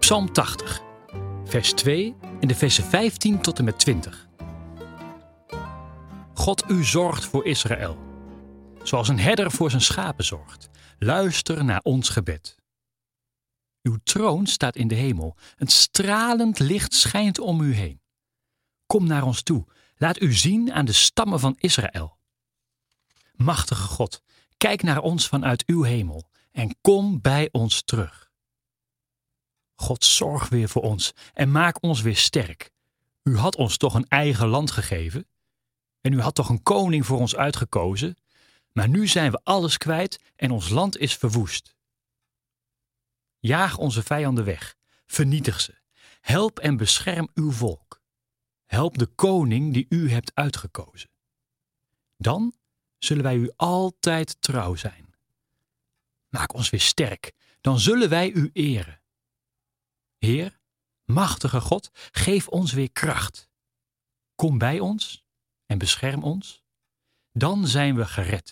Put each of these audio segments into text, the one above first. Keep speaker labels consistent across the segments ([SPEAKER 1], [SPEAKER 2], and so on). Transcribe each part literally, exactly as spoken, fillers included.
[SPEAKER 1] Psalm tachtig, vers twee en de versen vijftien tot en met twintig. God, u zorgt voor Israël, zoals een herder voor zijn schapen zorgt. Luister naar ons gebed. Uw troon staat in de hemel, een stralend licht schijnt om u heen. Kom naar ons toe, laat u zien aan de stammen van Israël. Machtige God, kijk naar ons vanuit uw hemel en kom bij ons terug. God, zorg weer voor ons en maak ons weer sterk. U had ons toch een eigen land gegeven? En u had toch een koning voor ons uitgekozen? Maar nu zijn we alles kwijt en ons land is verwoest. Jaag onze vijanden weg, vernietig ze. Help en bescherm uw volk. Help de koning die u hebt uitgekozen. Dan zullen wij u altijd trouw zijn. Maak ons weer sterk, dan zullen wij u eren. Heer, machtige God, geef ons weer kracht. Kom bij ons en bescherm ons. Dan zijn we gered.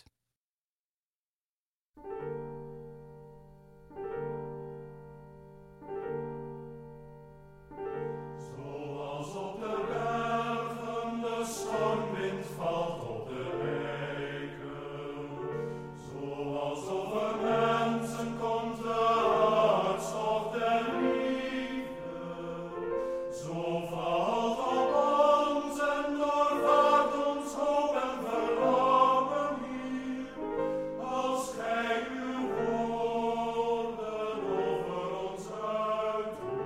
[SPEAKER 2] Zoals op de bergen de stormwind valt op de beken, zoals over mensen komt de hartstocht der liefde, zo valt op ons en doorvaart ons hoop en verlangen hier, als gij uw woorden over ons uitroept.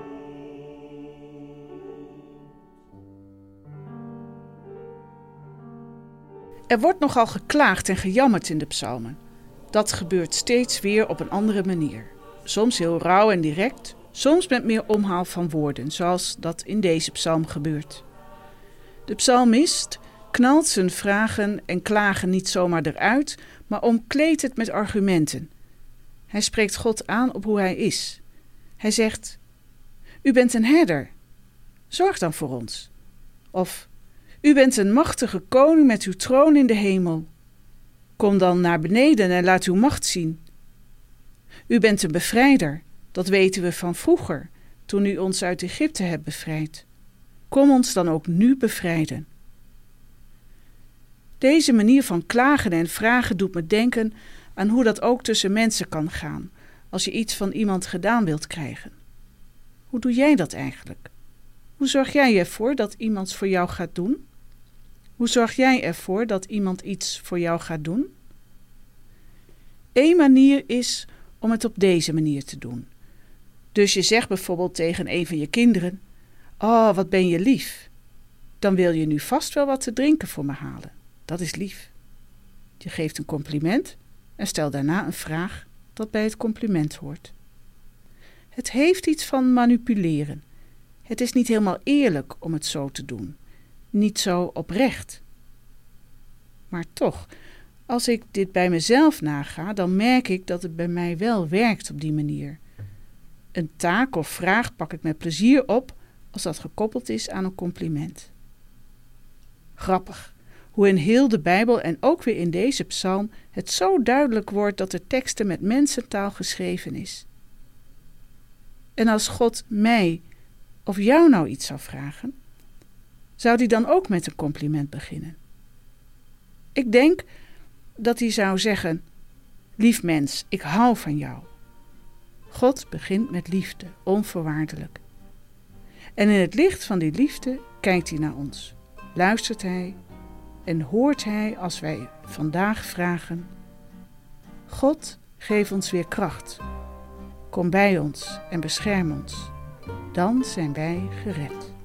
[SPEAKER 3] Er wordt nogal geklaagd en gejammerd in de psalmen. Dat gebeurt steeds weer op een andere manier. Soms heel rauw en direct, soms met meer omhaal van woorden, zoals dat in deze psalm gebeurt. De psalmist knalt zijn vragen en klagen niet zomaar eruit, maar omkleedt het met argumenten. Hij spreekt God aan op hoe hij is. Hij zegt: U bent een herder, zorg dan voor ons. Of: U bent een machtige koning met uw troon in de hemel. Kom dan naar beneden en laat uw macht zien. U bent een bevrijder, dat weten we van vroeger, toen u ons uit Egypte hebt bevrijd. Kom ons dan ook nu bevrijden. Deze manier van klagen en vragen doet me denken aan hoe dat ook tussen mensen kan gaan, als je iets van iemand gedaan wilt krijgen. Hoe doe jij dat eigenlijk? Hoe zorg jij ervoor dat iemand voor jou gaat doen? Hoe zorg jij ervoor dat iemand iets voor jou gaat doen? Eén manier is om het op deze manier te doen. Dus je zegt bijvoorbeeld tegen een van je kinderen: Oh, wat ben je lief. Dan wil je nu vast wel wat te drinken voor me halen. Dat is lief. Je geeft een compliment en stel daarna een vraag dat bij het compliment hoort. Het heeft iets van manipuleren. Het is niet helemaal eerlijk om het zo te doen. Niet zo oprecht. Maar toch, als ik dit bij mezelf naga, dan merk ik dat het bij mij wel werkt op die manier. Een taak of vraag pak ik met plezier op als dat gekoppeld is aan een compliment. Grappig, hoe in heel de Bijbel en ook weer in deze psalm het zo duidelijk wordt dat de teksten met mensentaal geschreven is. En als God mij of jou nou iets zou vragen, zou die dan ook met een compliment beginnen? Ik denk dat hij zou zeggen: Lief mens, ik hou van jou. God begint met liefde, onvoorwaardelijk. En in het licht van die liefde kijkt hij naar ons, luistert hij en hoort hij als wij vandaag vragen: God, geef ons weer kracht. Kom bij ons en bescherm ons. Dan zijn wij gered.